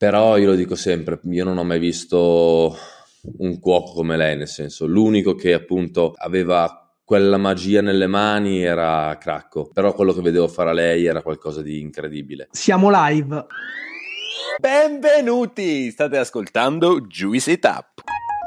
Però io lo dico sempre, io non ho mai visto un cuoco come lei, nel senso, l'unico che appunto aveva quella magia nelle mani era Cracco, però quello che vedevo fare a lei era qualcosa di incredibile. Siamo live. Benvenuti! State ascoltando Juicy Tap.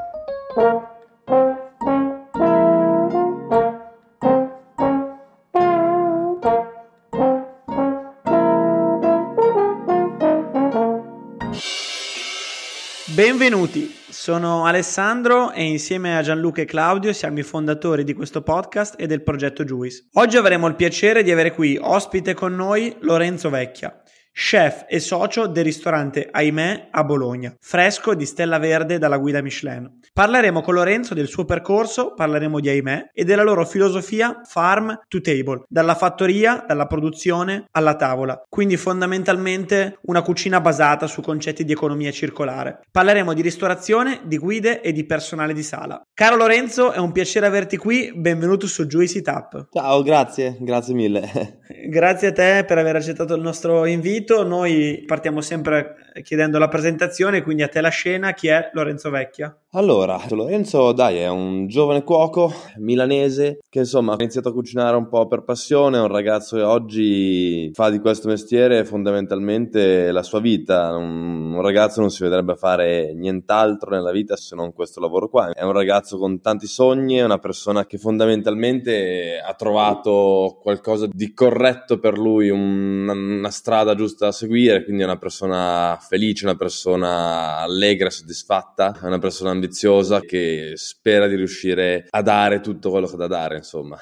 Benvenuti, sono Alessandro e insieme a Gianluca e Claudio siamo i fondatori di questo podcast e del progetto Juice. Oggi avremo il piacere di avere qui ospite con noi Lorenzo Vecchia, chef e socio del ristorante Ahimè a Bologna, fresco di Stella Verde dalla guida Michelin. Parleremo con Lorenzo del suo percorso, parleremo di Ahimè e della loro filosofia farm to table, dalla fattoria, dalla produzione alla tavola. Quindi fondamentalmente una cucina basata su concetti di economia circolare. Parleremo di ristorazione, di guide e di personale di sala. Caro Lorenzo, è un piacere averti qui, benvenuto su Juicy Tap. Ciao, grazie mille. Grazie a te per aver accettato il nostro invito. Noi partiamo sempre chiedendo la presentazione, quindi a te la scena. Chi è Lorenzo Vecchia? Allora, Lorenzo, dai, è un giovane cuoco milanese che insomma ha iniziato a cucinare un po' per passione, è un ragazzo che oggi fa di questo mestiere fondamentalmente la sua vita. Un ragazzo non si vedrebbe fare nient'altro nella vita se non questo lavoro qua. È un ragazzo con tanti sogni, è una persona che fondamentalmente ha trovato qualcosa di corretto per lui, una strada giusta da seguire, quindi è una persona felice, una persona allegra, soddisfatta, è una persona ambiziosa che spera di riuscire a dare tutto quello che ha da dare, insomma.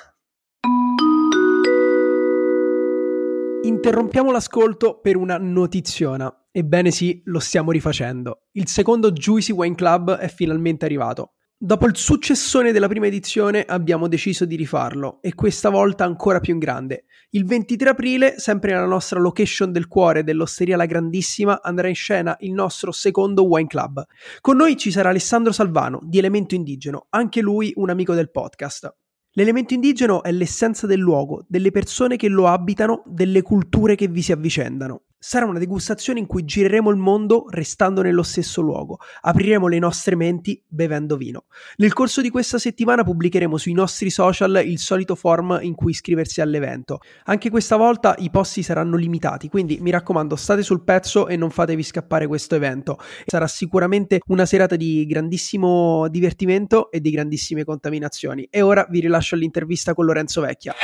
Interrompiamo l'ascolto per una notiziona. Ebbene sì, lo stiamo rifacendo. Il secondo Juicy Wine Club è finalmente arrivato. Dopo il successone della prima edizione abbiamo deciso di rifarlo e questa volta ancora più in grande. Il 23 aprile, sempre nella nostra location del cuore dell'Osteria La Grandissima, andrà in scena il nostro secondo Wine Club. Con noi ci sarà Alessandro Salvano, di Elemento Indigeno, anche lui un amico del podcast. L'elemento indigeno è l'essenza del luogo, delle persone che lo abitano, delle culture che vi si avvicendano. Sarà una degustazione in cui gireremo il mondo restando nello stesso luogo. Apriremo le nostre menti bevendo vino. Nel corso di questa settimana pubblicheremo sui nostri social il solito form in cui iscriversi all'evento. Anche questa volta i posti saranno limitati, quindi mi raccomando, state sul pezzo e non fatevi scappare questo evento. Sarà sicuramente una serata di grandissimo divertimento e di grandissime contaminazioni. E ora vi rilascio all'intervista con Lorenzo Vecchia.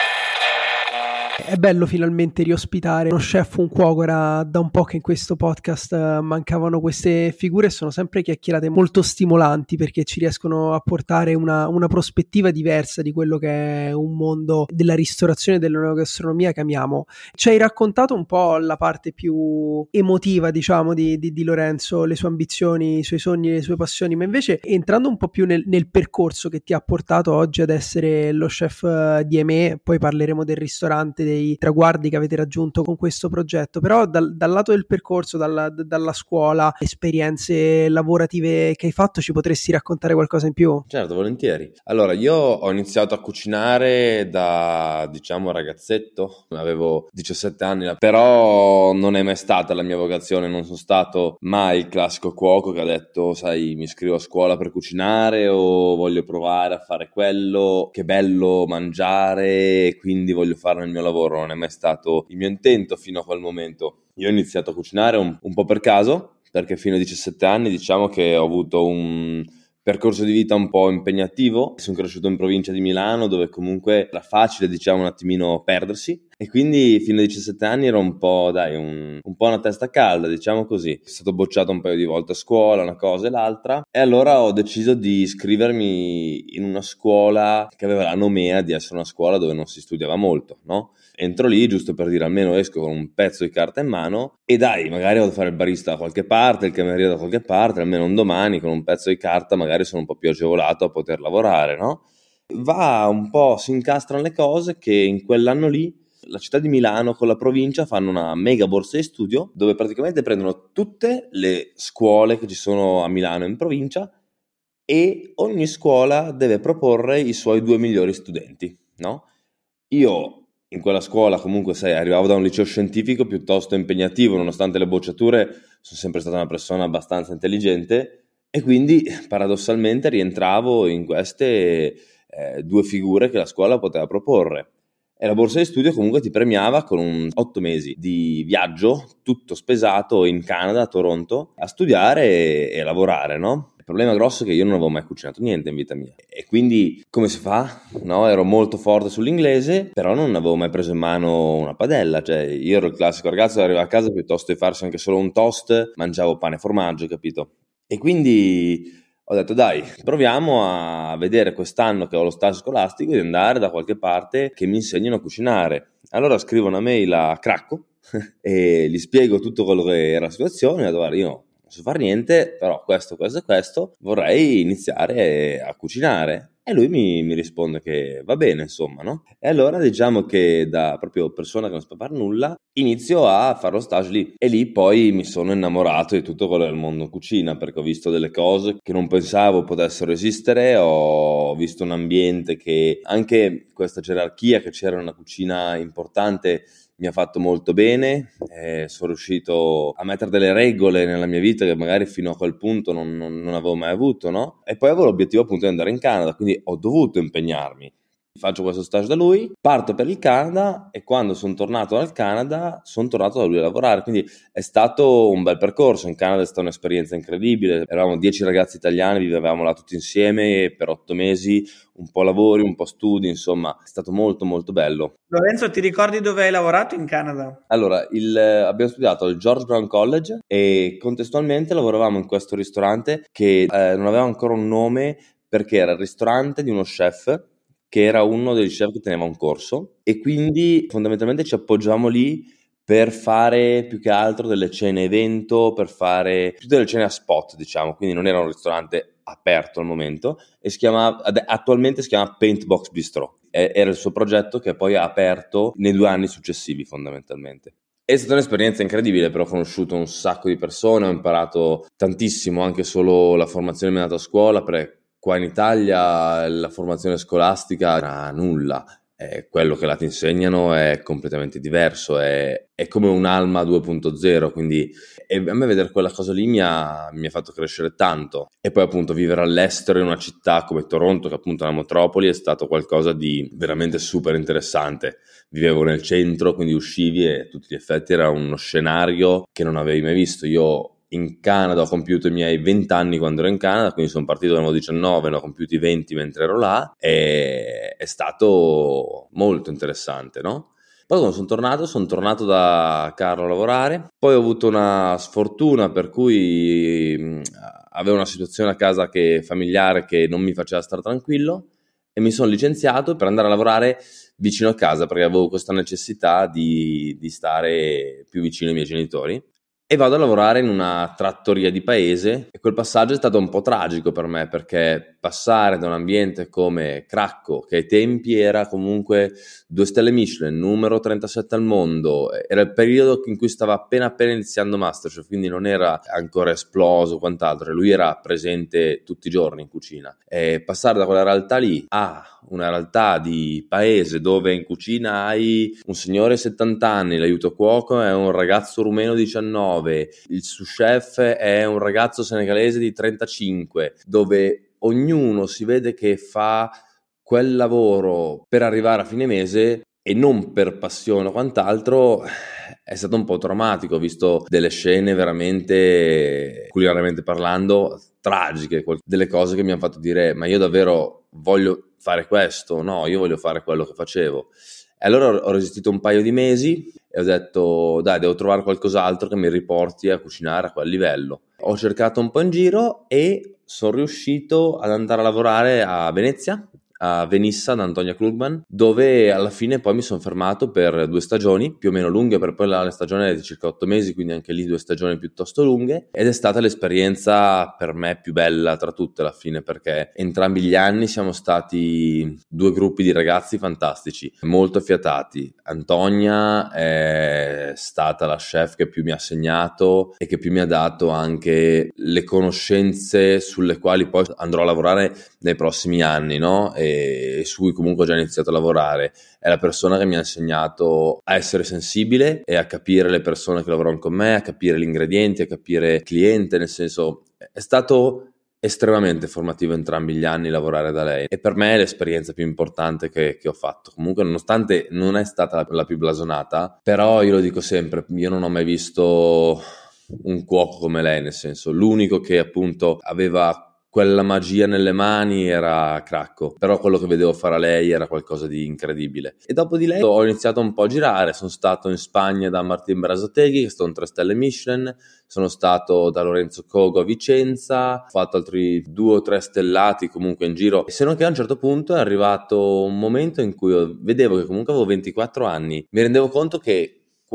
È bello finalmente riospitare uno chef, un cuoco. Era da un po' che in questo podcast mancavano queste figure e sono sempre chiacchierate molto stimolanti perché ci riescono a portare una prospettiva diversa di quello che è un mondo della ristorazione e della gastronomia che amiamo. Ci hai raccontato un po' la parte più emotiva, diciamo, di Lorenzo, le sue ambizioni, i suoi sogni, le sue passioni, ma invece entrando un po' più nel percorso che ti ha portato oggi ad essere lo chef di Ahimè, poi parleremo del ristorante, dei traguardi che avete raggiunto con questo progetto, però dal lato del percorso, dalla scuola, esperienze lavorative che hai fatto, ci potresti raccontare qualcosa in più? Certo, volentieri. Allora, io ho iniziato a cucinare da, diciamo, ragazzetto, avevo 17 anni, però non è mai stata la mia vocazione, non sono stato mai il classico cuoco che ha detto, sai, mi iscrivo a scuola per cucinare o voglio provare a fare quello, che bello mangiare e quindi voglio farlo nel mio lavoro. Non è mai stato il mio intento fino a quel momento. Io ho iniziato a cucinare un po' per caso, perché fino ai 17 anni diciamo che ho avuto un percorso di vita un po' impegnativo. Sono cresciuto in provincia di Milano, dove comunque era facile, diciamo, un attimino perdersi, e quindi fino ai 17 anni ero un po', dai, un po' una testa calda, diciamo così. Sono stato bocciato un paio di volte a scuola, una cosa e l'altra, e allora ho deciso di iscrivermi in una scuola che aveva la nomea di essere una scuola dove non si studiava molto, no? Entro lì giusto per dire almeno esco con un pezzo di carta in mano e dai, magari vado a fare il barista da qualche parte, il cameriere da qualche parte, almeno un domani con un pezzo di carta magari sono un po' più agevolato a poter lavorare, no? Va un po', si incastrano le cose che in quell'anno lì la città di Milano con la provincia fanno una mega borsa di studio dove praticamente prendono tutte le scuole che ci sono a Milano in provincia e ogni scuola deve proporre i suoi 2 migliori studenti, no? Io in quella scuola comunque, sai, arrivavo da un liceo scientifico piuttosto impegnativo, nonostante le bocciature, sono sempre stata una persona abbastanza intelligente e quindi paradossalmente rientravo in queste due figure che la scuola poteva proporre. E la borsa di studio comunque ti premiava con 8 mesi di viaggio, tutto spesato in Canada, a Toronto, a studiare e a lavorare, no? Il problema grosso è che io non avevo mai cucinato niente in vita mia. E quindi come si fa? No? Ero molto forte sull'inglese, però non avevo mai preso in mano una padella. Cioè, io ero il classico ragazzo che arrivava a casa, piuttosto di farsi anche solo un toast, mangiavo pane e formaggio, capito? E quindi ho detto dai, proviamo a vedere quest'anno che ho lo stage scolastico di andare da qualche parte che mi insegnino a cucinare. Allora scrivo una mail a Cracco e gli spiego tutto quello che era la situazione. Ho detto guarda, io non so fare niente, però questo e questo, vorrei iniziare a cucinare. E lui mi risponde che va bene, insomma, no? E allora diciamo che da proprio persona che non sa fare nulla, inizio a fare lo stage lì. E lì poi mi sono innamorato di tutto quello del mondo cucina, perché ho visto delle cose che non pensavo potessero esistere, ho visto un ambiente che anche questa gerarchia che c'era in una cucina importante mi ha fatto molto bene, sono riuscito a mettere delle regole nella mia vita che magari fino a quel punto non avevo mai avuto, no? E poi avevo l'obiettivo appunto di andare in Canada, quindi ho dovuto impegnarmi. Faccio questo stage da lui, parto per il Canada e quando sono tornato dal Canada sono tornato da lui a lavorare, quindi è stato un bel percorso. In Canada è stata un'esperienza incredibile, eravamo 10 ragazzi italiani, vivevamo là tutti insieme per 8 mesi, un po' lavori, un po' studi, insomma è stato molto molto bello. Lorenzo, ti ricordi dove hai lavorato in Canada? Allora, abbiamo studiato al George Brown College e contestualmente lavoravamo in questo ristorante che non aveva ancora un nome perché era il ristorante di uno chef che era uno degli chef che teneva un corso e quindi fondamentalmente ci appoggiavamo lì per fare più che altro delle cene evento, per fare più delle cene a spot, diciamo, quindi non era un ristorante aperto al momento e attualmente si chiama Paintbox Bistro. Era il suo progetto che poi ha aperto nei 2 anni successivi fondamentalmente. È stata un'esperienza incredibile, però ho conosciuto un sacco di persone, ho imparato tantissimo, anche solo la formazione mi è andata a scuola, perché qua in Italia la formazione scolastica era nulla. Quello che là ti insegnano è completamente diverso, è come un'Alma 2.0, quindi a me vedere quella cosa lì mi ha fatto crescere tanto. E poi appunto vivere all'estero in una città come Toronto, che appunto è una metropoli, è stato qualcosa di veramente super interessante. Vivevo nel centro, quindi uscivi e a tutti gli effetti era uno scenario che non avevi mai visto. Io in Canada ho compiuto i miei 20 anni quando ero in Canada, quindi sono partito quando avevo 19, ne ho compiuti 20 mentre ero là e è stato molto interessante, no? Poi quando sono tornato da Carlo a lavorare, poi ho avuto una sfortuna per cui avevo una situazione a casa familiare che non mi faceva stare tranquillo e mi sono licenziato per andare a lavorare vicino a casa perché avevo questa necessità di stare più vicino ai miei genitori. E vado a lavorare in una trattoria di paese e quel passaggio è stato un po' tragico per me perché passare da un ambiente come Cracco, che ai tempi era comunque 2 stelle Michelin, numero 37 al mondo, era il periodo in cui stava appena iniziando Masterchef, quindi non era ancora esploso o quant'altro, e lui era presente tutti i giorni in cucina. E passare da quella realtà lì a una realtà di paese dove in cucina hai un signore 70 anni, l'aiuto cuoco è un ragazzo rumeno 19, il sous chef è un ragazzo senegalese di 35, dove ognuno si vede che fa quel lavoro per arrivare a fine mese e non per passione o quant'altro, è stato un po' traumatico. Ho visto delle scene veramente, culinariamente parlando, tragiche, delle cose che mi hanno fatto dire ma io davvero voglio fare questo? No, io voglio fare quello che facevo. E allora ho resistito un paio di mesi e ho detto dai, devo trovare qualcos'altro che mi riporti a cucinare a quel livello. Ho cercato un po' in giro e sono riuscito ad andare a lavorare a Venezia, a Venissa, da Antonia Klugman, dove alla fine poi mi sono fermato per 2 stagioni, più o meno lunghe, per poi la stagione è di circa 8 mesi, quindi anche lì 2 stagioni piuttosto lunghe, ed è stata l'esperienza per me più bella tra tutte alla fine, perché entrambi gli anni siamo stati 2 gruppi di ragazzi fantastici, molto affiatati. Antonia è stata la chef che più mi ha segnato e che più mi ha dato anche le conoscenze sulle quali poi andrò a lavorare nei prossimi anni, no? E e su cui comunque ho già iniziato a lavorare. È la persona che mi ha insegnato a essere sensibile e a capire le persone che lavorano con me, a capire gli ingredienti, a capire il cliente, nel senso è stato estremamente formativo entrambi gli anni lavorare da lei, e per me è l'esperienza più importante che ho fatto. Comunque, nonostante non è stata la più blasonata, però io lo dico sempre, io non ho mai visto un cuoco come lei, nel senso, l'unico che appunto aveva quella magia nelle mani era Cracco, però quello che vedevo fare a lei era qualcosa di incredibile. E dopo di lei ho iniziato un po' a girare, sono stato in Spagna da Martin Brasotegui, che sono 3 stelle Michelin, sono stato da Lorenzo Cogo a Vicenza, ho fatto altri 2 o 3 stellati comunque in giro, se non che a un certo punto è arrivato un momento in cui vedevo che comunque avevo 24 anni, mi rendevo conto che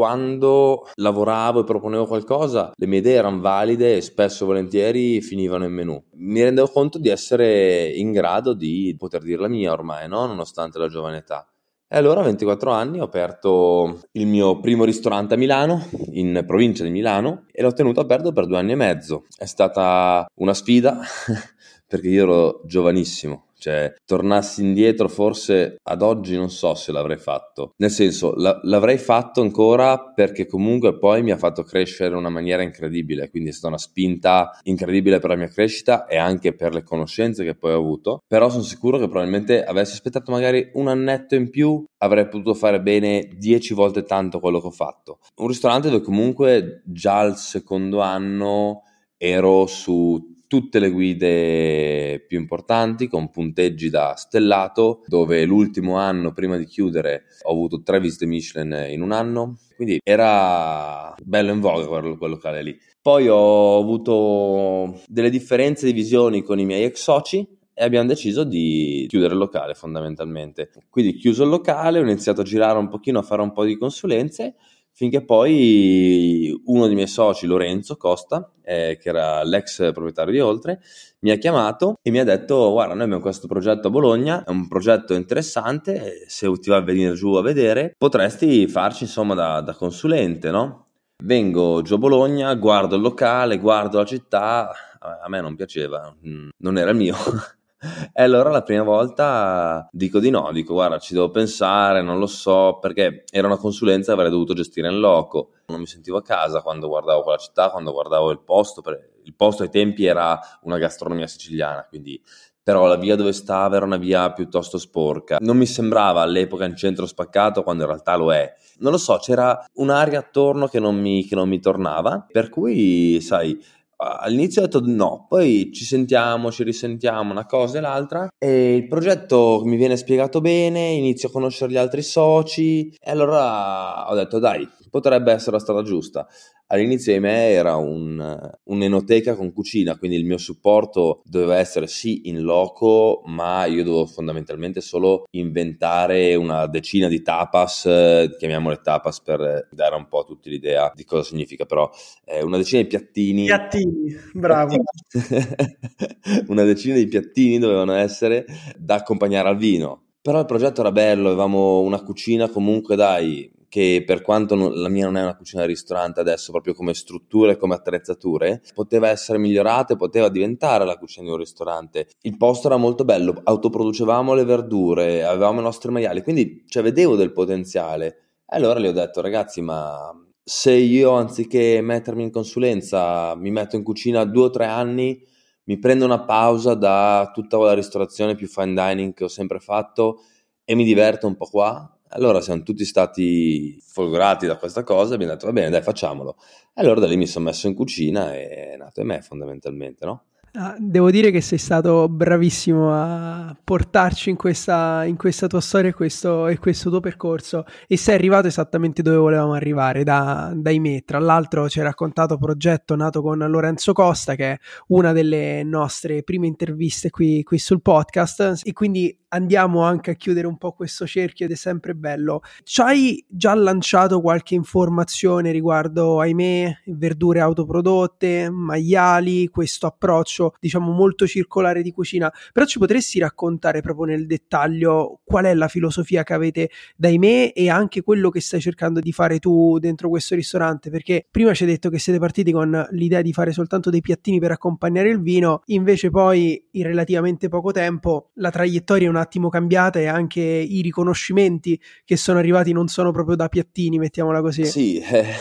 quando lavoravo e proponevo qualcosa, le mie idee erano valide e spesso e volentieri finivano in menù. Mi rendevo conto di essere in grado di poter dire la mia ormai, no? Nonostante la giovane età. E allora a 24 anni ho aperto il mio primo ristorante a Milano, in provincia di Milano, e l'ho tenuto aperto per 2 anni e mezzo. È stata una sfida perché io ero giovanissimo. Cioè, tornassi indietro forse ad oggi non so se l'avrei fatto, nel senso l'avrei fatto ancora perché comunque poi mi ha fatto crescere in una maniera incredibile, quindi è stata una spinta incredibile per la mia crescita e anche per le conoscenze che poi ho avuto. Però sono sicuro che probabilmente avessi aspettato magari un annetto in più avrei potuto fare bene 10 volte tanto quello che ho fatto. Un ristorante dove comunque già al secondo anno ero su tutte le guide più importanti con punteggi da stellato, dove l'ultimo anno prima di chiudere ho avuto 3 visite Michelin in un anno, quindi era bello in voga quel locale lì. Poi ho avuto delle differenze di visioni con i miei ex soci e abbiamo deciso di chiudere il locale fondamentalmente. Quindi chiuso il locale, ho iniziato a girare un pochino, a fare un po' di consulenze, finché poi uno dei miei soci, Lorenzo Costa, che era l'ex proprietario di Oltre, mi ha chiamato e mi ha detto: guarda, noi abbiamo questo progetto a Bologna, è un progetto interessante, se ti va a venire giù a vedere potresti farci insomma da consulente, no? Vengo giù a Bologna, guardo il locale, guardo la città, a me non piaceva, non era il mio. E allora la prima volta dico di no, dico guarda ci devo pensare, non lo so, perché era una consulenza che avrei dovuto gestire in loco, non mi sentivo a casa quando guardavo quella città, quando guardavo il posto, perché il posto ai tempi era una gastronomia siciliana, quindi però la via dove stava era una via piuttosto sporca, non mi sembrava all'epoca in centro spaccato quando in realtà lo è, non lo so, c'era un'aria attorno che non mi tornava, per cui sai, all'inizio ho detto no, poi ci sentiamo, ci risentiamo, una cosa e l'altra, e il progetto mi viene spiegato bene, inizio a conoscere gli altri soci e allora ho detto dai, potrebbe essere la strada giusta. All'inizio di me era un'enoteca con cucina, quindi il mio supporto doveva essere sì in loco, ma io dovevo fondamentalmente solo inventare una decina di tapas, chiamiamole tapas per dare un po' a tutti l'idea di cosa significa, però una decina di piattini. Piattini, bravo. Una decina di piattini dovevano essere da accompagnare al vino. Però il progetto era bello, avevamo una cucina comunque dai, che per quanto la mia non è una cucina da ristorante adesso, proprio come strutture, come attrezzature, poteva essere migliorata e poteva diventare la cucina di un ristorante. Il posto era molto bello, autoproducevamo le verdure, avevamo i nostri maiali, quindi cioè, vedevo del potenziale. E allora le ho detto ragazzi, ma se io anziché mettermi in consulenza mi metto in cucina 2 o 3 anni, mi prendo una pausa da tutta quella ristorazione più fine dining che ho sempre fatto e mi diverto un po' qua. Allora siamo tutti stati folgorati da questa cosa e abbiamo detto va bene dai facciamolo. E allora da lì mi sono messo in cucina e è nato me fondamentalmente, no? Devo dire che sei stato bravissimo a portarci in questa tua storia e questo tuo percorso, e sei arrivato esattamente dove volevamo arrivare dai me. Tra l'altro ci hai raccontato progetto nato con Lorenzo Costa, che è una delle nostre prime interviste qui sul podcast, e quindi andiamo anche a chiudere un po' questo cerchio ed è sempre bello. Ci hai già lanciato qualche informazione riguardo, ahimè, verdure autoprodotte, maiali, questo approccio approccio, diciamo, molto circolare di cucina, però ci potresti raccontare proprio nel dettaglio qual è la filosofia che avete da Aimè e anche quello che stai cercando di fare tu dentro questo ristorante? Perché prima ci hai detto che siete partiti con l'idea di fare soltanto dei piattini per accompagnare il vino, invece poi in relativamente poco tempo la traiettoria è un attimo cambiata e anche i riconoscimenti che sono arrivati non sono proprio da piattini, mettiamola così. Sì,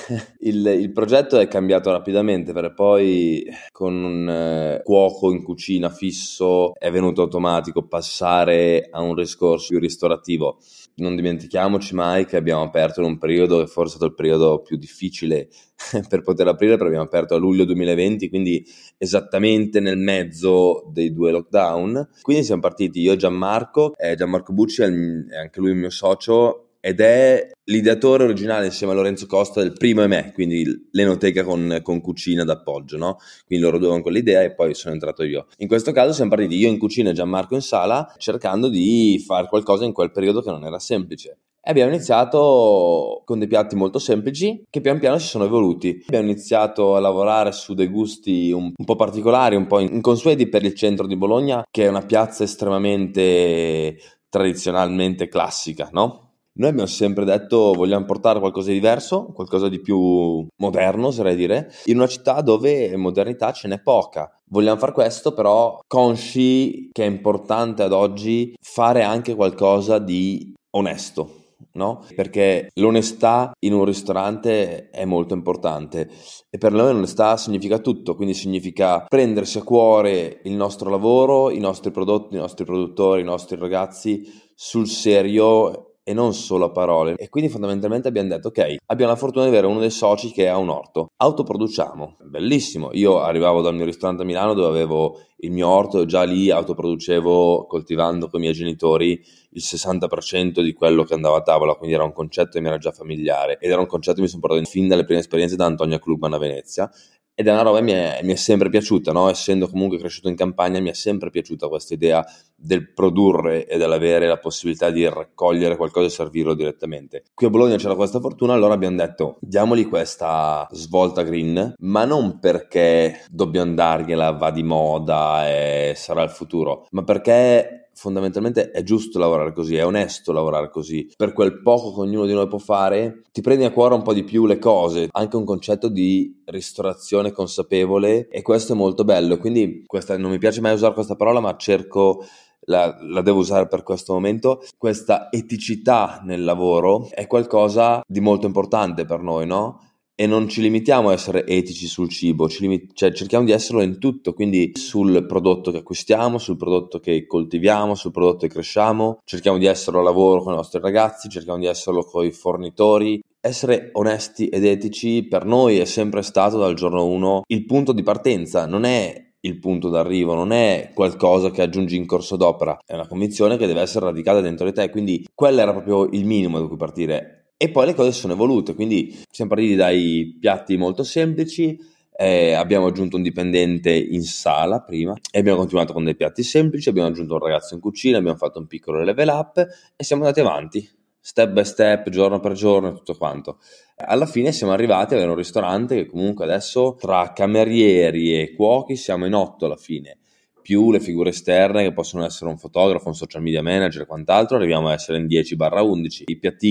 il progetto è cambiato rapidamente, perché poi con un cuoco in cucina fisso è venuto automatico passare a un discorso più ristorativo. Non dimentichiamoci mai che abbiamo aperto in un periodo che forse è stato il periodo più difficile per poter aprire, perché abbiamo aperto a luglio 2020, quindi esattamente nel mezzo dei 2 lockdown. Quindi siamo partiti io e Gianmarco Bucci è anche lui il mio socio, ed è l'ideatore originale insieme a Lorenzo Costa del primo Aimè, quindi l'enoteca con cucina d'appoggio, no? Quindi loro due avevano quell'idea e poi sono entrato io. In questo caso siamo partiti io in cucina e Gianmarco in sala, cercando di fare qualcosa in quel periodo che non era semplice. E abbiamo iniziato con dei piatti molto semplici che pian piano si sono evoluti. Abbiamo iniziato a lavorare su dei gusti un po' particolari, un po' inconsueti per il centro di Bologna, che è una piazza estremamente tradizionalmente classica, no? Noi abbiamo sempre detto vogliamo portare qualcosa di diverso, qualcosa di più moderno, oserei dire, in una città dove modernità ce n'è poca. Vogliamo far questo, però consci che è importante ad oggi fare anche qualcosa di onesto, no? Perché l'onestà in un ristorante è molto importante e per noi l'onestà significa tutto, quindi significa prendersi a cuore il nostro lavoro, i nostri prodotti, i nostri produttori, i nostri ragazzi sul serio e non solo a parole. E quindi fondamentalmente abbiamo detto ok, abbiamo la fortuna di avere uno dei soci che ha un orto, autoproduciamo, bellissimo. Io arrivavo dal mio ristorante a Milano dove avevo il mio orto e già lì autoproducevo, coltivando con i miei genitori, il 60% di quello che andava a tavola, quindi era un concetto che mi era già familiare ed era un concetto che mi sono portato fin dalle prime esperienze da Antonia Klugman a Venezia. Ed è una roba che mi è sempre piaciuta, no? Essendo comunque cresciuto in campagna, mi è sempre piaciuta questa idea del produrre e dell'avere la possibilità di raccogliere qualcosa e servirlo direttamente. Qui a Bologna c'era questa fortuna, allora abbiamo detto diamogli questa svolta green, ma non perché dobbiamo dargliela, va di moda e sarà il futuro, ma perché fondamentalmente è giusto lavorare così, è onesto lavorare così. Per quel poco che ognuno di noi può fare, ti prendi a cuore un po' di più le cose, anche un concetto di ristorazione consapevole, e questo è molto bello. Quindi non mi piace mai usare questa parola, ma cerco, la devo usare per questo momento. Questa eticità nel lavoro è qualcosa di molto importante per noi, no? E non ci limitiamo a essere etici sul cibo, cerchiamo di esserlo in tutto, quindi sul prodotto che acquistiamo, sul prodotto che coltiviamo, sul prodotto che cresciamo, cerchiamo di esserlo a lavoro con i nostri ragazzi, cerchiamo di esserlo con i fornitori. Essere onesti ed etici per noi è sempre stato dal giorno 1 il punto di partenza, non è il punto d'arrivo, non è qualcosa che aggiungi in corso d'opera, è una convinzione che deve essere radicata dentro di te, quindi quello era proprio il minimo da cui partire. E poi le cose sono evolute, quindi siamo partiti dai piatti molto semplici, abbiamo aggiunto un dipendente in sala prima e abbiamo continuato con dei piatti semplici, abbiamo aggiunto un ragazzo in cucina, abbiamo fatto un piccolo level up e siamo andati avanti, step by step, giorno per giorno e tutto quanto. Alla fine siamo arrivati ad avere un ristorante che comunque adesso tra camerieri e cuochi siamo in 8 alla fine, più le figure esterne che possono essere un fotografo, un social media manager e quant'altro, arriviamo a essere in 10/11.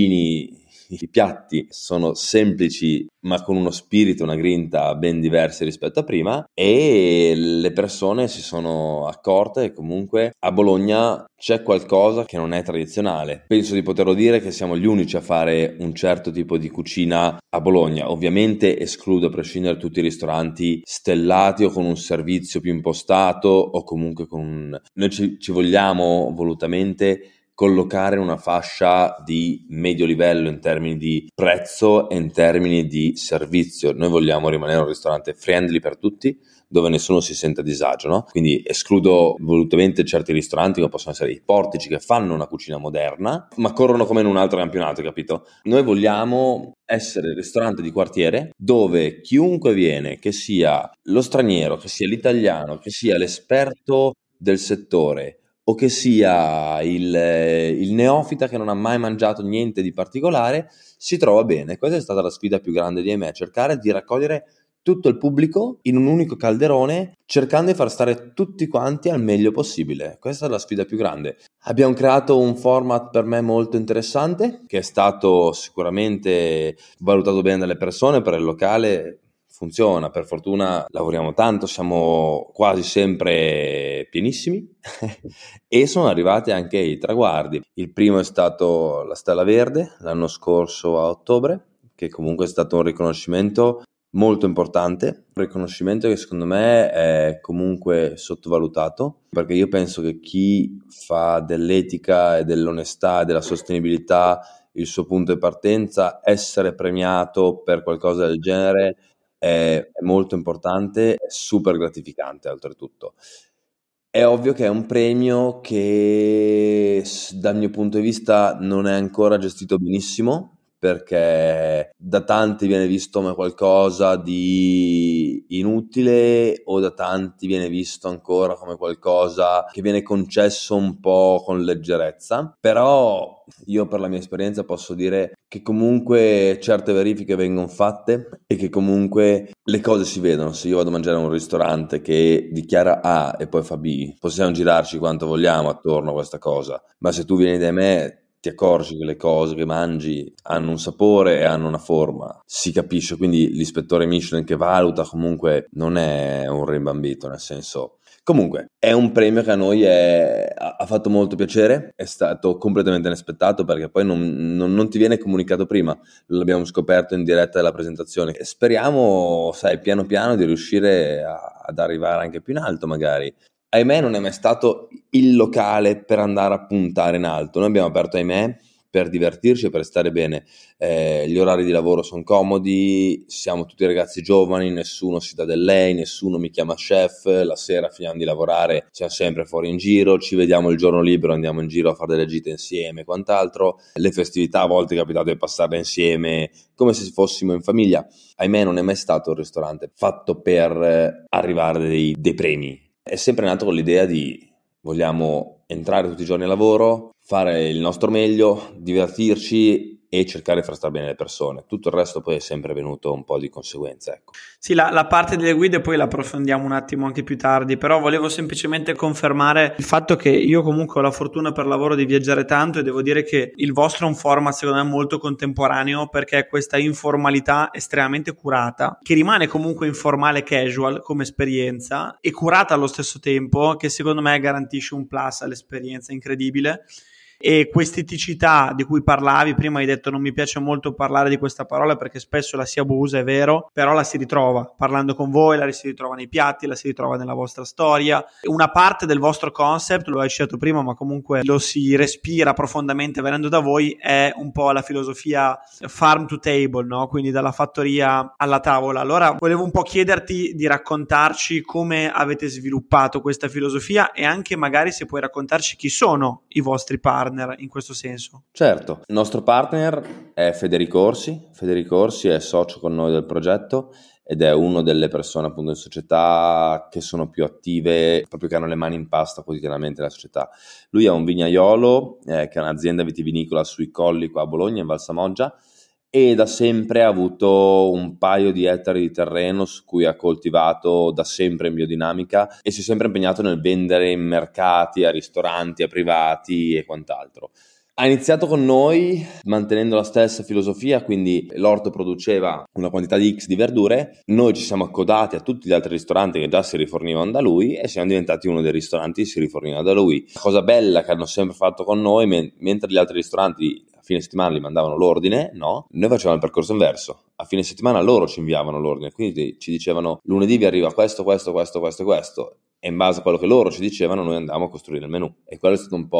I piatti sono semplici ma con uno spirito, una grinta ben diversi rispetto a prima, e le persone si sono accorte che comunque a Bologna c'è qualcosa che non è tradizionale. Penso di poterlo dire che siamo gli unici a fare un certo tipo di cucina a Bologna. Ovviamente escludo a prescindere tutti i ristoranti stellati o con un servizio più impostato o comunque Noi ci vogliamo volutamente collocare in una fascia di medio livello in termini di prezzo e in termini di servizio. Noi vogliamo rimanere un ristorante friendly per tutti, dove nessuno si sente a disagio, no? Quindi escludo volutamente certi ristoranti come possono essere i Portici, che fanno una cucina moderna ma corrono come in un altro campionato, capito? Noi vogliamo essere il ristorante di quartiere dove chiunque viene, che sia lo straniero, che sia l'italiano, che sia l'esperto del settore o che sia il neofita che non ha mai mangiato niente di particolare, si trova bene. Questa è stata la sfida più grande di Aimè, cercare di raccogliere tutto il pubblico in un unico calderone, cercando di far stare tutti quanti al meglio possibile. Questa è la sfida più grande. Abbiamo creato un format per me molto interessante, che è stato sicuramente valutato bene dalle persone. Per il locale funziona, per fortuna lavoriamo tanto, siamo quasi sempre pienissimi e sono arrivati anche i traguardi. Il primo è stato la Stella Verde l'anno scorso a ottobre, che comunque è stato un riconoscimento molto importante, un riconoscimento che secondo me è comunque sottovalutato, perché io penso che chi fa dell'etica e dell'onestà e della sostenibilità il suo punto di partenza, essere premiato per qualcosa del genere è molto importante, è super gratificante oltretutto. È ovvio che è un premio che dal mio punto di vista non è ancora gestito benissimo, perché da tanti viene visto come qualcosa di inutile o da tanti viene visto ancora come qualcosa che viene concesso un po' con leggerezza. Però io per la mia esperienza posso dire che comunque certe verifiche vengono fatte e che comunque le cose si vedono. Se io vado a mangiare a un ristorante che dichiara A e poi fa B, possiamo girarci quanto vogliamo attorno a questa cosa, ma se tu vieni da me ti accorgi che le cose che mangi hanno un sapore e hanno una forma, si capisce. Quindi l'ispettore Michelin che valuta comunque non è un rimbambito, nel senso. Comunque è un premio che a noi ha fatto molto piacere, è stato completamente inaspettato, perché poi non ti viene comunicato prima, l'abbiamo scoperto in diretta della presentazione e speriamo, sai, piano piano di riuscire ad arrivare anche più in alto magari. Ahimè non è mai stato il locale per andare a puntare in alto. Noi abbiamo aperto, ahimè, per divertirci e per stare bene. Gli orari di lavoro sono comodi, siamo tutti ragazzi giovani, nessuno si dà del lei, nessuno mi chiama chef, la sera finiamo di lavorare, siamo sempre fuori in giro, ci vediamo il giorno libero, andiamo in giro a fare delle gite insieme e quant'altro. Le festività a volte è capitato di passarle insieme come se fossimo in famiglia. Ahimè non è mai stato un ristorante fatto per arrivare dei premi. È sempre nato con l'idea di vogliamo entrare tutti i giorni a lavoro, fare il nostro meglio, divertirci e cercare di far stare bene le persone. Tutto il resto poi è sempre venuto un po' di conseguenza, ecco. Sì, la parte delle guide poi la approfondiamo un attimo anche più tardi, però volevo semplicemente confermare il fatto che io comunque ho la fortuna per lavoro di viaggiare tanto e devo dire che il vostro è un format secondo me molto contemporaneo, perché è questa informalità estremamente curata, che rimane comunque informale casual come esperienza e curata allo stesso tempo, che secondo me garantisce un plus all'esperienza incredibile. E quest'eticità di cui parlavi prima, hai detto non mi piace molto parlare di questa parola perché spesso la si abusa, è vero, però la si ritrova parlando con voi, la si ritrova nei piatti, la si ritrova nella vostra storia. Una parte del vostro concept, lo hai citato prima ma comunque lo si respira profondamente venendo da voi, è un po' la filosofia farm to table, no? Quindi dalla fattoria alla tavola. Allora volevo un po' chiederti di raccontarci come avete sviluppato questa filosofia e anche magari se puoi raccontarci chi sono i vostri partner in questo senso. Certo, il nostro partner è Federico Orsi. Federico Orsi è socio con noi del progetto ed è una delle persone appunto in società che sono più attive, proprio che hanno le mani in pasta quotidianamente nella società. Lui è un vignaiolo che è un'azienda vitivinicola sui colli qua a Bologna, in Valsamoggia, e da sempre ha avuto un paio di ettari di terreno su cui ha coltivato da sempre in biodinamica e si è sempre impegnato nel vendere in mercati, a ristoranti, a privati e quant'altro. Ha iniziato con noi mantenendo la stessa filosofia, quindi l'orto produceva una quantità di X di verdure, noi ci siamo accodati a tutti gli altri ristoranti che già si rifornivano da lui e siamo diventati uno dei ristoranti che si rifornivano da lui. La cosa bella che hanno sempre fatto con noi, mentre gli altri ristoranti a fine settimana gli mandavano l'ordine, no? Noi facevamo il percorso inverso. A fine settimana loro ci inviavano l'ordine, quindi ci dicevano lunedì vi arriva questo, questo, questo, questo e questo. E in base a quello che loro ci dicevano noi andavamo a costruire il menù. E quello è stato un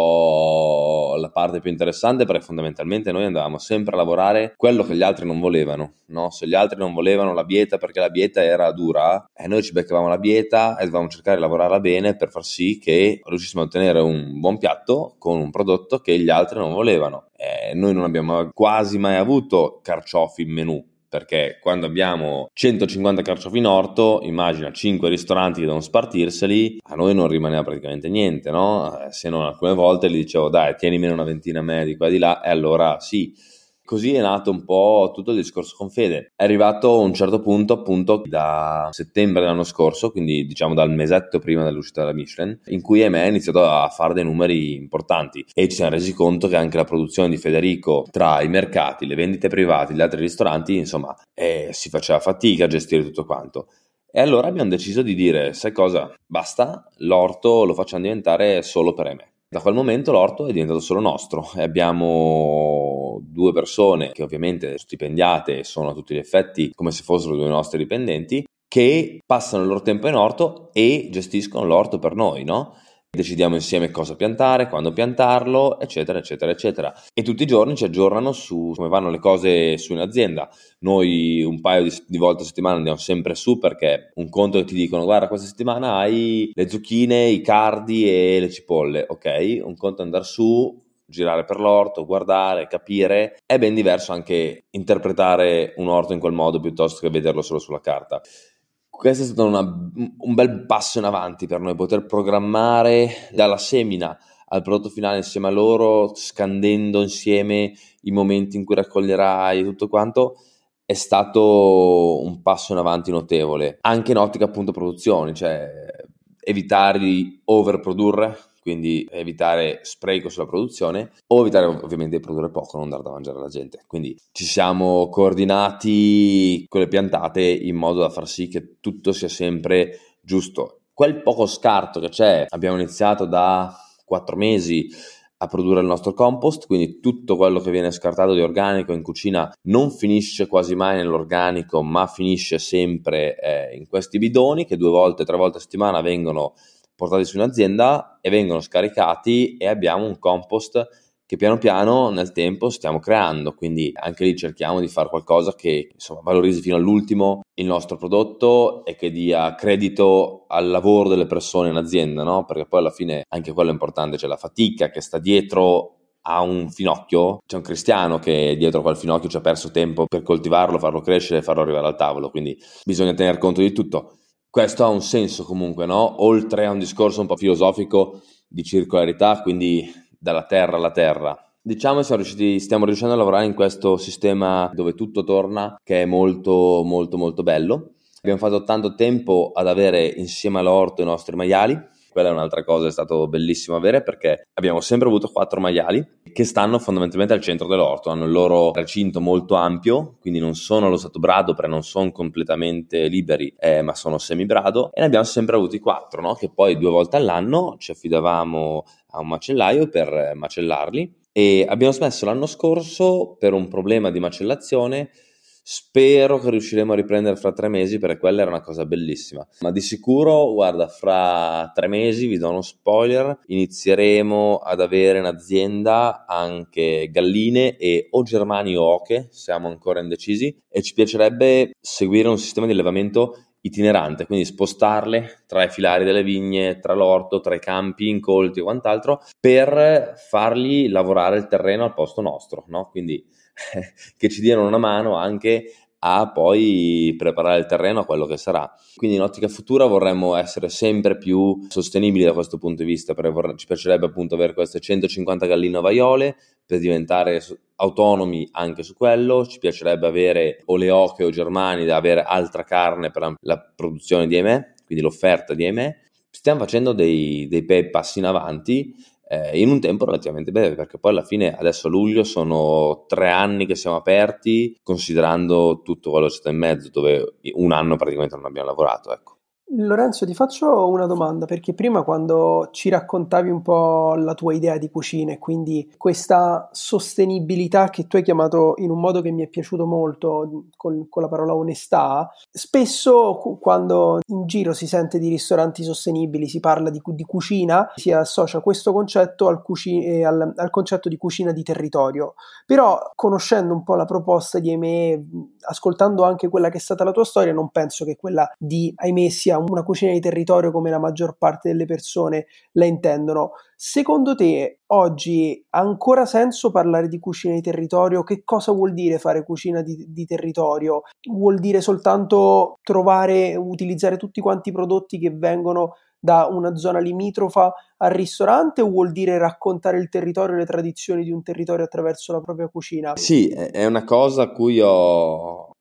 po' la parte più interessante, perché fondamentalmente noi andavamo sempre a lavorare quello che gli altri non volevano, no? Se gli altri non volevano la bieta perché la bieta era dura, noi ci beccavamo la bieta e dovevamo cercare di lavorarla bene per far sì che riuscissimo a ottenere un buon piatto con un prodotto che gli altri non volevano. Noi non abbiamo quasi mai avuto carciofi in menù, perché quando abbiamo 150 carciofi in orto, immagina 5 ristoranti che devono spartirseli, a noi non rimaneva praticamente niente, no? Se non alcune volte gli dicevo dai tieni meno una ventina a me di qua e di là, e allora sì. Così è nato un po' tutto il discorso con Fede. È arrivato a un certo punto, appunto, da settembre dell'anno scorso, quindi diciamo dal mesetto prima dell'uscita della Michelin, in cui ha iniziato a fare dei numeri importanti e ci siamo resi conto che anche la produzione di Federico, tra i mercati, le vendite private, gli altri ristoranti, insomma, si faceva fatica a gestire tutto quanto. E allora abbiamo deciso di dire, sai cosa? Basta, l'orto lo facciamo diventare solo per me. Da quel momento l'orto è diventato solo nostro e abbiamo 2 persone che ovviamente stipendiate e sono a tutti gli effetti come se fossero 2 nostri dipendenti, che passano il loro tempo in orto e gestiscono l'orto per noi, no? Decidiamo insieme cosa piantare, quando piantarlo, eccetera, eccetera, eccetera. E tutti i giorni ci aggiornano su come vanno le cose su un'azienda. Noi un paio di volte a settimana andiamo sempre su, perché un conto che ti dicono guarda questa settimana hai le zucchine, i cardi e le cipolle, ok? Un conto è andare su, girare per l'orto, guardare, capire. È ben diverso anche interpretare un orto in quel modo piuttosto che vederlo solo sulla carta. Questo è stato un bel passo in avanti per noi, poter programmare dalla semina al prodotto finale insieme a loro, scandendo insieme i momenti in cui raccoglierai e tutto quanto. È stato un passo in avanti notevole, anche in ottica appunto produzioni, cioè evitare di overprodurre, quindi evitare spreco sulla produzione, o evitare ovviamente di produrre poco, non dare da mangiare alla gente. Quindi ci siamo coordinati con le piantate in modo da far sì che tutto sia sempre giusto. Quel poco scarto che c'è, abbiamo iniziato da 4 mesi a produrre il nostro compost, quindi tutto quello che viene scartato di organico in cucina non finisce quasi mai nell'organico, ma finisce sempre in questi bidoni che 2 volte, 3 volte a settimana vengono portati su un'azienda e vengono scaricati, e abbiamo un compost che piano piano nel tempo stiamo creando, quindi anche lì cerchiamo di fare qualcosa che insomma valorizzi fino all'ultimo il nostro prodotto e che dia credito al lavoro delle persone in azienda, no? Perché poi alla fine anche quello è importante, cioè la fatica che sta dietro a un finocchio. C'è un cristiano che dietro a quel finocchio ci ha perso tempo per coltivarlo, farlo crescere e farlo arrivare al tavolo, quindi bisogna tener conto di tutto. Questo ha un senso comunque, no? Oltre a un discorso un po' filosofico di circolarità, quindi dalla terra alla terra. Diciamo stiamo riuscendo a lavorare in questo sistema dove tutto torna, che è molto molto molto bello. Abbiamo fatto tanto tempo ad avere insieme all'orto i nostri maiali. Quella è un'altra cosa, è stato bellissimo avere, perché abbiamo sempre avuto 4 maiali che stanno fondamentalmente al centro dell'orto, hanno il loro recinto molto ampio, quindi non sono allo stato brado, perché non sono completamente liberi, ma sono semibrado, e ne abbiamo sempre avuti 4, no? Che poi 2 volte all'anno ci affidavamo a un macellaio per macellarli, e abbiamo smesso l'anno scorso per un problema di macellazione. Spero che riusciremo a riprendere fra 3 mesi, perché quella era una cosa bellissima. Ma di sicuro, guarda, fra 3 mesi, vi do uno spoiler, inizieremo ad avere in azienda anche galline e o germani o oche, siamo ancora indecisi, e ci piacerebbe seguire un sistema di allevamento itinerante, quindi spostarle tra i filari delle vigne, tra l'orto, tra i campi incolti e quant'altro, per fargli lavorare il terreno al posto nostro, no? Quindi che ci diano una mano anche a poi preparare il terreno a quello che sarà. Quindi in ottica futura vorremmo essere sempre più sostenibili da questo punto di vista, perché ci piacerebbe appunto avere queste 150 galline ovaiole per diventare autonomi anche su quello. Ci piacerebbe avere o le oche o germani da avere altra carne per la produzione di ahimè, quindi l'offerta di ahimè. Stiamo facendo dei bei passi in avanti in un tempo relativamente breve, perché poi alla fine adesso a luglio sono 3 anni che siamo aperti, considerando tutto quello che c'è in mezzo, dove un anno praticamente non abbiamo lavorato, ecco. Lorenzo, ti faccio una domanda, perché prima quando ci raccontavi un po' la tua idea di cucina e quindi questa sostenibilità che tu hai chiamato in un modo che mi è piaciuto molto con la parola onestà, spesso quando in giro si sente di ristoranti sostenibili, si parla di cucina, si associa questo concetto al concetto di cucina di territorio. Però conoscendo un po' la proposta di Aimee, ascoltando anche quella che è stata la tua storia, non penso che quella di Aimee sia una cucina di territorio come la maggior parte delle persone la intendono. Secondo te oggi ha ancora senso parlare di cucina di territorio? Che cosa vuol dire fare cucina di territorio? Vuol dire soltanto utilizzare tutti quanti i prodotti che vengono da una zona limitrofa al ristorante, o vuol dire raccontare il territorio e le tradizioni di un territorio attraverso la propria cucina? Sì, è una cosa a cui ho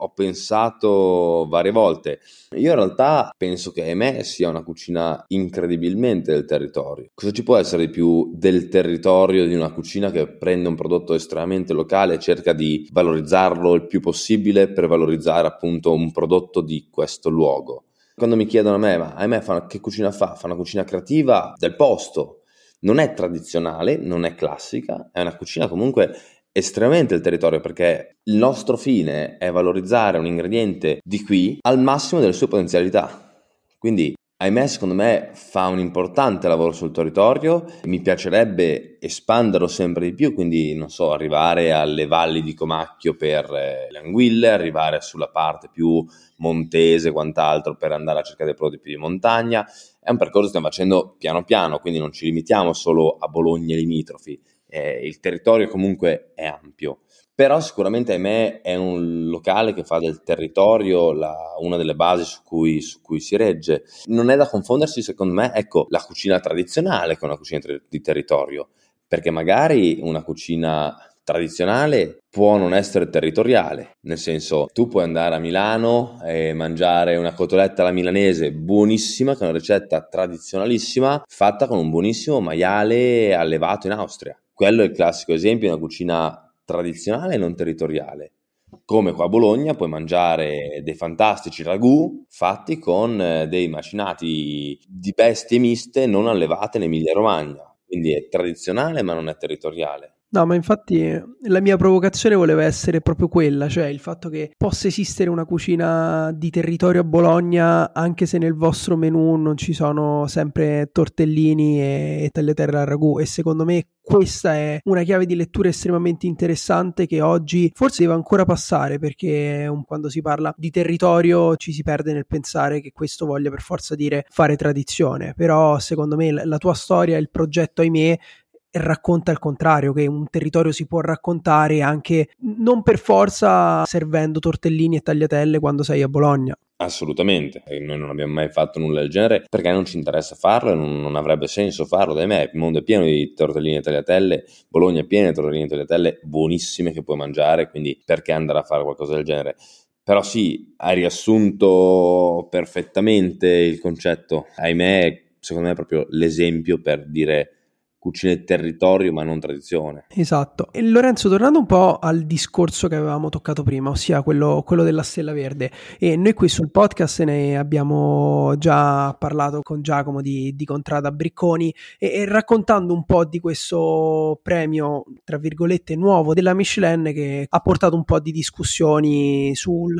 pensato varie volte. Io in realtà penso che ahimè sia una cucina incredibilmente del territorio. Cosa ci può essere di più del territorio di una cucina che prende un prodotto estremamente locale e cerca di valorizzarlo il più possibile per valorizzare appunto un prodotto di questo luogo? Quando mi chiedono a me, ma ahimè che cucina fa? Fa una cucina creativa del posto. Non è tradizionale, non è classica, è una cucina comunque estremamente del territorio, perché il nostro fine è valorizzare un ingrediente di qui al massimo delle sue potenzialità. Quindi, ahimè, secondo me fa un importante lavoro sul territorio, mi piacerebbe espanderlo sempre di più, quindi non so, arrivare alle valli di Comacchio per le anguille, arrivare sulla parte più montese e quant'altro per andare a cercare dei prodotti più di montagna. È un percorso che stiamo facendo piano piano, quindi non ci limitiamo solo a Bologna e limitrofi. Il territorio comunque è ampio, però sicuramente ahimè è un locale che fa del territorio una delle basi su cui si regge. Non è da confondersi, secondo me, ecco, la cucina tradizionale con una cucina di territorio, perché magari una cucina tradizionale può non essere territoriale, nel senso, tu puoi andare a Milano e mangiare una cotoletta alla milanese buonissima, che è una ricetta tradizionalissima fatta con un buonissimo maiale allevato in Austria. Quello è il classico esempio di una cucina tradizionale e non territoriale. Come qua a Bologna puoi mangiare dei fantastici ragù fatti con dei macinati di bestie miste non allevate in Emilia Romagna. Quindi è tradizionale ma non è territoriale. No, ma infatti la mia provocazione voleva essere proprio quella, cioè il fatto che possa esistere una cucina di territorio a Bologna anche se nel vostro menù non ci sono sempre tortellini e tagliatelle al ragù, e secondo me questa è una chiave di lettura estremamente interessante che oggi forse deve ancora passare, perché quando si parla di territorio ci si perde nel pensare che questo voglia per forza dire fare tradizione, però secondo me la tua storia, il progetto ahimè racconta il contrario, che un territorio si può raccontare anche non per forza servendo tortellini e tagliatelle quando sei a Bologna. Assolutamente, noi non abbiamo mai fatto nulla del genere perché non ci interessa farlo e non avrebbe senso farlo. Da me il mondo è pieno di tortellini e tagliatelle, Bologna è piena di tortellini e tagliatelle buonissime che puoi mangiare, quindi perché andare a fare qualcosa del genere? Però sì, hai riassunto perfettamente il concetto. Ahimè, secondo me è proprio l'esempio per dire cucina di territorio ma non tradizione. Esatto. E Lorenzo, tornando un po' al discorso che avevamo toccato prima, ossia quello della Stella Verde, e noi qui sul podcast ne abbiamo già parlato con Giacomo di Contrada Bricconi e raccontando un po' di questo premio, tra virgolette, nuovo della Michelin, che ha portato un po' di discussioni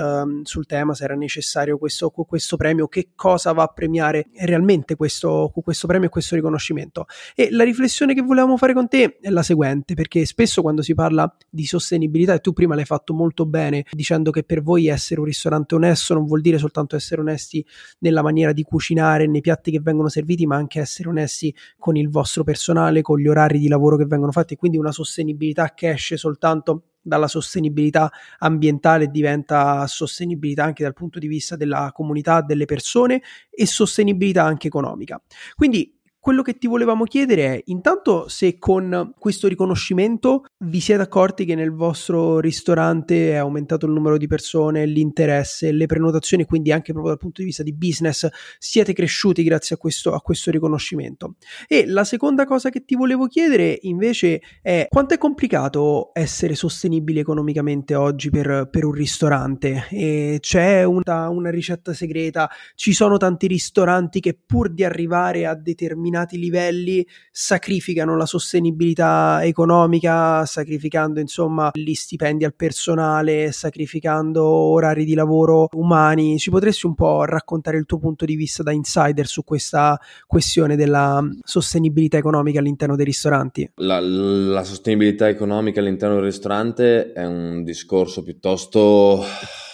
sul tema, se era necessario questo premio, che cosa va a premiare realmente questo premio e questo riconoscimento. E la riflessione che volevamo fare con te è la seguente, perché spesso quando si parla di sostenibilità, e tu prima l'hai fatto molto bene dicendo che per voi essere un ristorante onesto non vuol dire soltanto essere onesti nella maniera di cucinare, nei piatti che vengono serviti, ma anche essere onesti con il vostro personale, con gli orari di lavoro che vengono fatti, quindi una sostenibilità che esce soltanto dalla sostenibilità ambientale diventa sostenibilità anche dal punto di vista della comunità, delle persone, e sostenibilità anche economica. Quindi quello che ti volevamo chiedere è intanto se con questo riconoscimento vi siete accorti che nel vostro ristorante è aumentato il numero di persone, l'interesse, le prenotazioni, quindi anche proprio dal punto di vista di business siete cresciuti grazie a questo riconoscimento. E la seconda cosa che ti volevo chiedere invece è quanto è complicato essere sostenibili economicamente oggi per un ristorante. E c'è una ricetta segreta, ci sono tanti ristoranti che pur di arrivare a determinati livelli sacrificano la sostenibilità economica, sacrificando insomma gli stipendi al personale, sacrificando orari di lavoro umani. Ci potresti un po' raccontare il tuo punto di vista da insider su questa questione della sostenibilità economica all'interno dei ristoranti? La sostenibilità economica all'interno del ristorante è un discorso piuttosto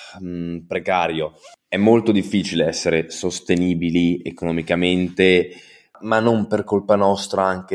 precario. È molto difficile essere sostenibili economicamente, ma non per colpa nostra, anche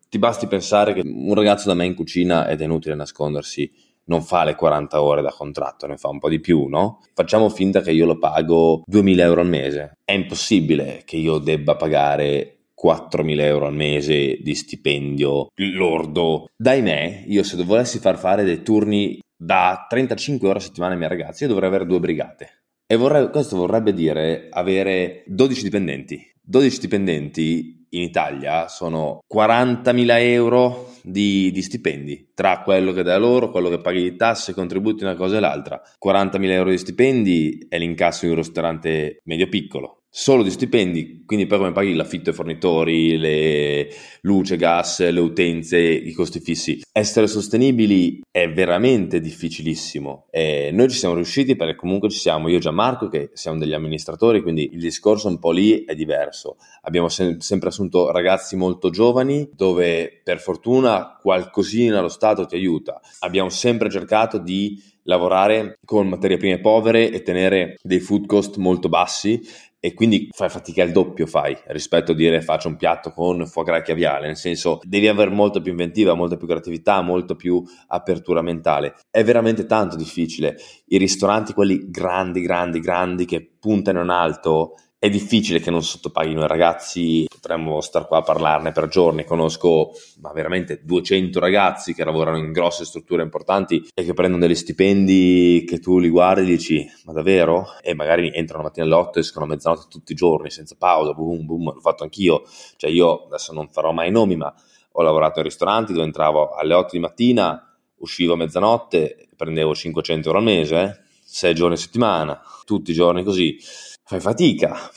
Ti basti pensare che un ragazzo da me in cucina, ed è inutile nascondersi, non fa le 40 ore da contratto, ne fa un po' di più, no? Facciamo finta che io lo pago 2.000 euro al mese. È impossibile che io debba pagare 4.000 euro al mese di stipendio lordo. Dai me, io se volessi far fare dei turni da 35 ore a settimana ai miei ragazzi, io dovrei avere 2 brigate. E questo vorrebbe dire avere 12 dipendenti. 12 dipendenti in Italia sono 40.000 euro di stipendi, tra quello che dai loro, quello che paghi di tasse, contributi, una cosa e l'altra. 40.000 euro di stipendi è l'incasso di un ristorante medio-piccolo. Solo di stipendi, quindi poi come paghi l'affitto ai fornitori, le luce, gas, le utenze, i costi fissi. Essere sostenibili è veramente difficilissimo e noi ci siamo riusciti perché comunque ci siamo io e Gianmarco che siamo degli amministratori, quindi il discorso un po' lì è diverso. Abbiamo sempre assunto ragazzi molto giovani dove per fortuna qualcosina lo Stato ti aiuta. Abbiamo sempre cercato di lavorare con materie prime povere e tenere dei food cost molto bassi, e quindi fai fatica il doppio rispetto a dire faccio un piatto con foie gras e chiaviale, nel senso devi avere molta più inventiva, molta più creatività, molto più apertura mentale. È veramente tanto difficile. I ristoranti, quelli grandi che puntano in alto, è difficile che non sottopaghino i ragazzi. Potremmo star qua a parlarne per giorni. Conosco veramente 200 ragazzi che lavorano in grosse strutture importanti e che prendono degli stipendi che tu li guardi e dici ma davvero? E magari entrano la mattina alle 8 e escono a mezzanotte tutti i giorni senza pausa, boom boom, l'ho fatto anch'io. Cioè io adesso non farò mai nomi, ma ho lavorato in ristoranti dove entravo alle 8 di mattina, uscivo a mezzanotte, prendevo 500 euro al mese, 6 giorni a settimana, tutti i giorni così. Fai fatica,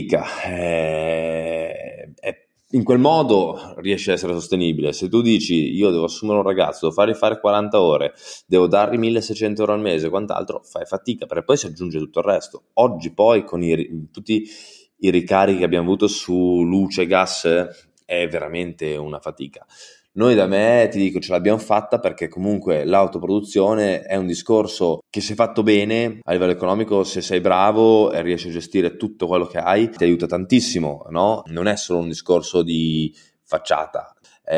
in quel modo riesci a essere sostenibile. Se tu dici io devo assumere un ragazzo, devo fargli fare 40 ore, devo dargli 1.600 euro al mese, quant'altro, fai fatica, perché poi si aggiunge tutto il resto. Oggi poi con tutti i ricarichi che abbiamo avuto su luce e gas è veramente una fatica. Noi da me, ti dico, ce l'abbiamo fatta perché comunque l'autoproduzione è un discorso che se fatto bene a livello economico, se sei bravo e riesci a gestire tutto quello che hai, ti aiuta tantissimo, no? Non è solo un discorso di facciata,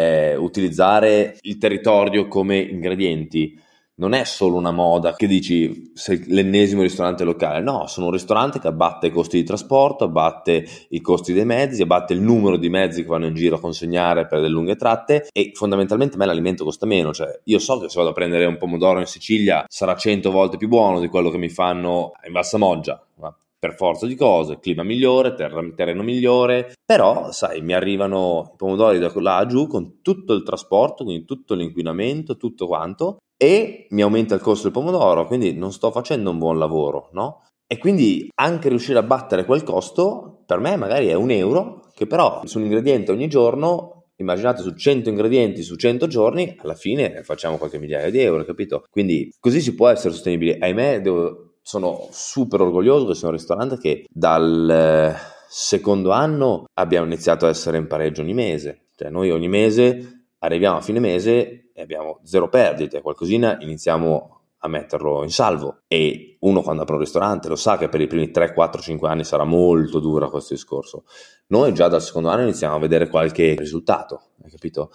utilizzare il territorio come ingredienti. Non è solo una moda che dici sei l'ennesimo ristorante locale, no, sono un ristorante che abbatte i costi di trasporto, abbatte i costi dei mezzi, abbatte il numero di mezzi che vanno in giro a consegnare per delle lunghe tratte e fondamentalmente a me l'alimento costa meno, cioè io so che se vado a prendere un pomodoro in Sicilia sarà 100 volte più buono di quello che mi fanno in Valsamoggia, ma per forza di cose, clima migliore, terreno migliore, però sai mi arrivano i pomodori da là a giù con tutto il trasporto, quindi tutto l'inquinamento, tutto quanto, e mi aumenta il costo del pomodoro, quindi non sto facendo un buon lavoro, no? E quindi anche riuscire a battere quel costo per me magari è €1, che però su un ingrediente ogni giorno, immaginate su 100 ingredienti su 100 giorni, alla fine facciamo qualche migliaia di euro, capito? Quindi così si può essere sostenibili. Ahimè, sono super orgoglioso che sia un ristorante che dal secondo anno abbiamo iniziato a essere in pareggio ogni mese, cioè noi ogni mese arriviamo a fine mese e abbiamo 0 perdite, qualcosina iniziamo a metterlo in salvo, e uno quando apre un ristorante lo sa che per i primi 3, 4, 5 anni sarà molto dura questo discorso. Noi già dal secondo anno iniziamo a vedere qualche risultato, hai capito?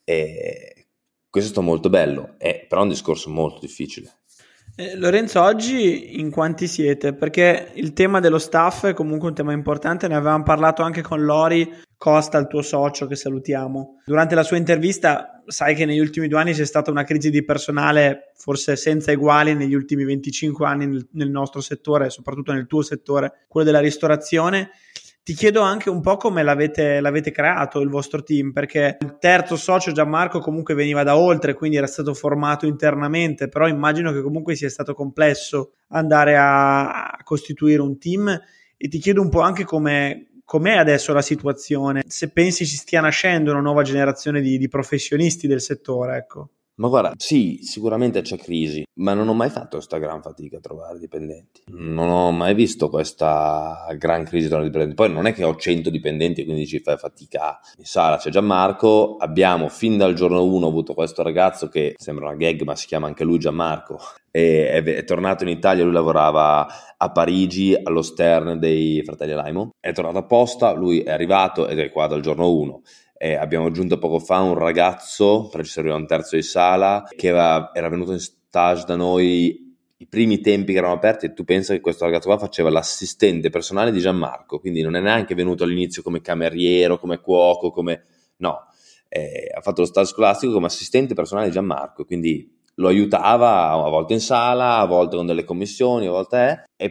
E questo è stato molto bello, è però un discorso molto difficile. Lorenzo, oggi in quanti siete? Perché il tema dello staff è comunque un tema importante, ne avevamo parlato anche con Lori Costa, il tuo socio, che salutiamo. Durante la sua intervista sai che negli ultimi 2 anni c'è stata una crisi di personale forse senza eguali negli ultimi 25 anni nel nostro settore, soprattutto nel tuo settore, quello della ristorazione. Ti chiedo anche un po' come l'avete creato il vostro team, perché il terzo socio Gianmarco comunque veniva da oltre, quindi era stato formato internamente, però immagino che comunque sia stato complesso andare a costituire un team, e ti chiedo un po' anche com'è adesso la situazione, se pensi ci stia nascendo una nuova generazione di professionisti del settore, ecco. Ma guarda, sì, sicuramente c'è crisi, ma non ho mai fatto questa gran fatica a trovare dipendenti. Non ho mai visto questa gran crisi tra i dipendenti. Poi non è che ho 100 dipendenti e quindi ci fai fatica. In sala c'è Gianmarco, abbiamo fin dal giorno 1 avuto questo ragazzo che sembra una gag, ma si chiama anche lui Gianmarco. È tornato in Italia, lui lavorava a Parigi allo Stern dei Fratelli Laimo. È tornato apposta, lui è arrivato ed è qua dal giorno 1. abbiamo aggiunto poco fa un ragazzo, perché ci serviva un terzo di sala, che era venuto in stage da noi i primi tempi che erano aperti, e tu pensa che questo ragazzo qua faceva l'assistente personale di Gianmarco, quindi non è neanche venuto all'inizio come cameriere, come cuoco, no, ha fatto lo stage scolastico come assistente personale di Gianmarco, quindi lo aiutava a volte in sala, a volte con delle commissioni, a volte e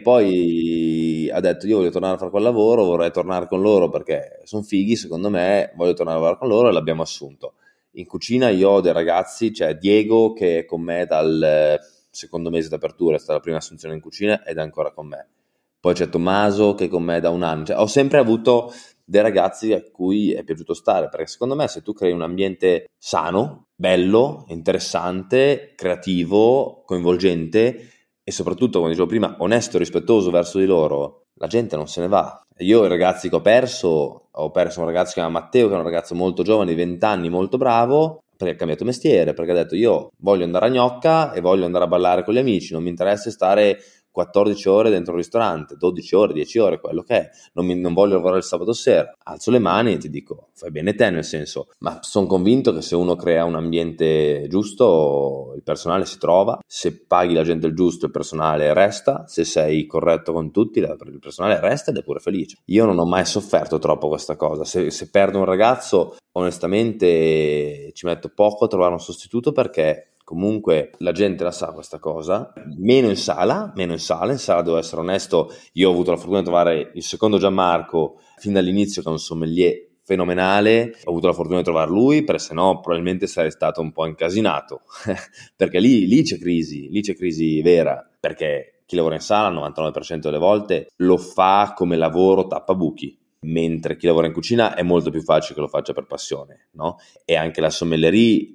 poi ha detto: io voglio tornare a fare quel lavoro, vorrei tornare con loro perché sono fighi, secondo me, voglio tornare a lavorare con loro, e l'abbiamo assunto. In cucina io ho dei ragazzi, c'è Diego che è con me dal secondo mese d'apertura, è stata la prima assunzione in cucina ed è ancora con me. Poi c'è Tommaso che è con me da un anno, ho sempre avuto dei ragazzi a cui è piaciuto stare, perché secondo me se tu crei un ambiente sano, bello, interessante, creativo, coinvolgente e soprattutto, come dicevo prima, onesto e rispettoso verso di loro, la gente non se ne va. Io i ragazzi che ho perso un ragazzo che si chiama Matteo, che è un ragazzo molto giovane, di 20 anni, molto bravo, perché ha cambiato mestiere, perché ha detto: io voglio andare a gnocca e voglio andare a ballare con gli amici, non mi interessa stare 14 ore dentro un ristorante, 12 ore, 10 ore, quello che è, non voglio lavorare il sabato sera. Alzo le mani e ti dico: fai bene te, nel senso, ma sono convinto che se uno crea un ambiente giusto, il personale si trova, se paghi la gente il giusto, il personale resta, se sei corretto con tutti, il personale resta ed è pure felice. Io non ho mai sofferto troppo questa cosa, se perdo un ragazzo, onestamente ci metto poco a trovare un sostituto, perché comunque la gente la sa questa cosa, meno in sala devo essere onesto, io ho avuto la fortuna di trovare il secondo Gianmarco fin dall'inizio, che è un sommelier fenomenale, ho avuto la fortuna di trovare lui, perché sennò probabilmente sarei stato un po' incasinato, perché lì c'è crisi vera, perché chi lavora in sala il 99% delle volte lo fa come lavoro tappabuchi, mentre chi lavora in cucina è molto più facile che lo faccia per passione, no? E anche la sommelierie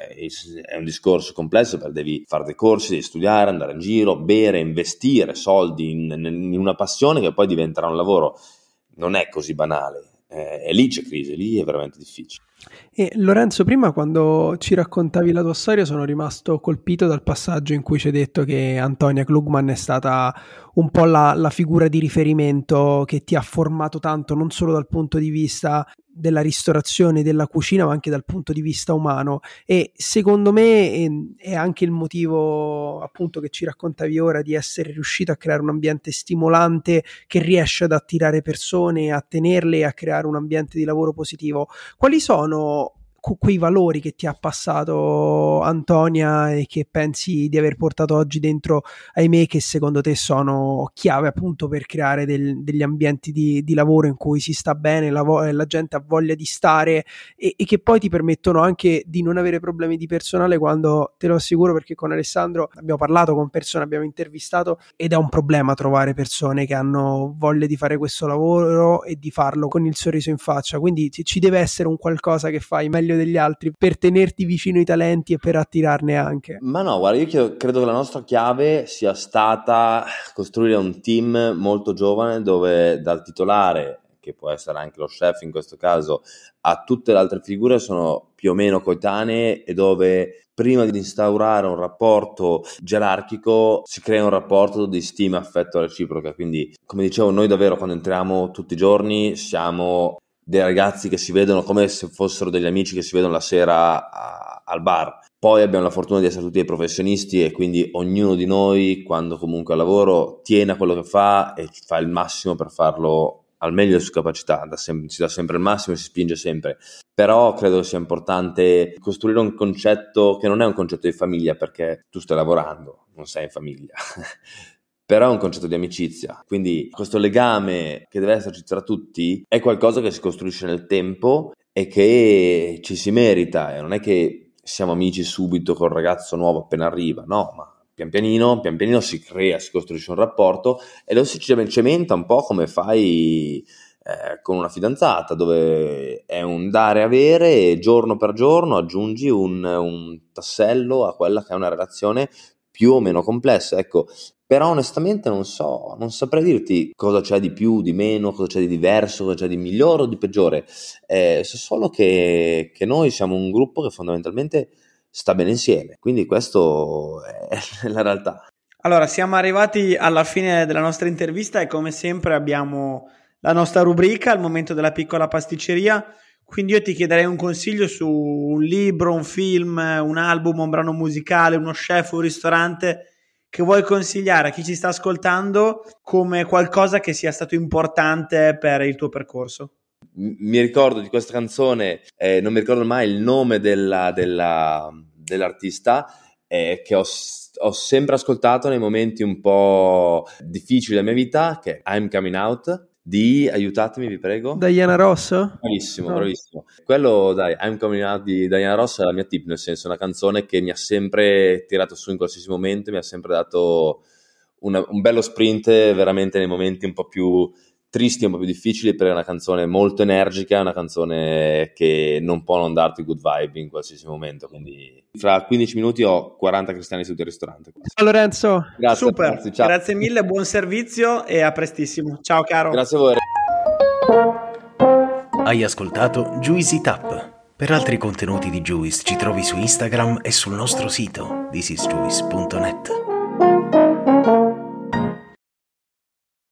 è un discorso complesso, perché devi fare dei corsi, devi studiare, andare in giro, bere, investire soldi in una passione che poi diventerà un lavoro. Non è così banale, e lì c'è crisi, lì è veramente difficile. E Lorenzo, prima quando ci raccontavi la tua storia sono rimasto colpito dal passaggio in cui ci hai detto che Antonia Klugman è stata un po' la figura di riferimento che ti ha formato tanto, non solo dal punto di vista della ristorazione, della cucina, ma anche dal punto di vista umano. E secondo me è anche il motivo, appunto, che ci raccontavi ora, di essere riuscito a creare un ambiente stimolante che riesce ad attirare persone, a tenerle e a creare un ambiente di lavoro positivo. Quali sono quei valori che ti ha passato Antonia e che pensi di aver portato oggi dentro ai me, che secondo te sono chiave appunto per creare degli ambienti di lavoro in cui si sta bene, la gente ha voglia di stare e che poi ti permettono anche di non avere problemi di personale, quando, te lo assicuro, perché con Alessandro abbiamo parlato con persone, abbiamo intervistato, ed è un problema trovare persone che hanno voglia di fare questo lavoro e di farlo con il sorriso in faccia, quindi ci deve essere un qualcosa che fai meglio degli altri per tenerti vicino ai talenti e per attirarne anche. Ma no, guarda, io credo che la nostra chiave sia stata costruire un team molto giovane, dove dal titolare, che può essere anche lo chef in questo caso, a tutte le altre figure sono più o meno coetanee, e dove prima di instaurare un rapporto gerarchico si crea un rapporto di stima e affetto reciproca. Quindi, come dicevo, noi davvero quando entriamo tutti i giorni siamo dei ragazzi che si vedono come se fossero degli amici che si vedono la sera al bar. Poi abbiamo la fortuna di essere tutti dei professionisti, e quindi ognuno di noi, quando comunque al lavoro, tiene a quello che fa e fa il massimo per farlo al meglio delle sue capacità, si dà sempre il massimo e si spinge sempre. Però credo sia importante costruire un concetto che non è un concetto di famiglia, perché tu stai lavorando, non sei in famiglia. Però è un concetto di amicizia, quindi questo legame che deve esserci tra tutti è qualcosa che si costruisce nel tempo e che ci si merita, e non è che siamo amici subito col ragazzo nuovo appena arriva, no, ma pian pianino si costruisce un rapporto, e lo si cementa un po' come fai con una fidanzata, dove è un dare e avere, e giorno per giorno aggiungi un tassello a quella che è una relazione più o meno complessa, ecco. Però onestamente non saprei dirti cosa c'è di più, di meno, cosa c'è di diverso, cosa c'è di migliore o di peggiore. So solo che noi siamo un gruppo che fondamentalmente sta bene insieme, quindi questo è la realtà. Allora, siamo arrivati alla fine della nostra intervista e come sempre abbiamo la nostra rubrica, il momento della piccola pasticceria. Quindi io ti chiederei un consiglio su un libro, un film, un album, un brano musicale, uno chef, un ristorante che vuoi consigliare a chi ci sta ascoltando come qualcosa che sia stato importante per il tuo percorso. Mi ricordo di questa canzone, non mi ricordo mai il nome dell'artista, che ho sempre ascoltato nei momenti un po' difficili della mia vita, che è I'm Coming Out, aiutatemi vi prego. Diana Ross? Bravissimo, bravissimo. Quello, dai, I'm Coming Out di Diana Ross è la mia tip, nel senso è una canzone che mi ha sempre tirato su in qualsiasi momento, mi ha sempre dato un bello sprint veramente nei momenti un po' più tristi, un po' più difficili, perché è una canzone molto energica, è una canzone che non può non darti good vibe in qualsiasi momento, quindi fra 15 minuti ho 40 cristiani seduti al ristorante. Ciao Lorenzo. Grazie, Super, ragazzi, ciao. Grazie mille, buon servizio e a prestissimo. Ciao caro. Grazie a voi. Hai ascoltato Juicy Tap. Per altri contenuti di Juice ci trovi su Instagram e sul nostro sito thisisjuice.net.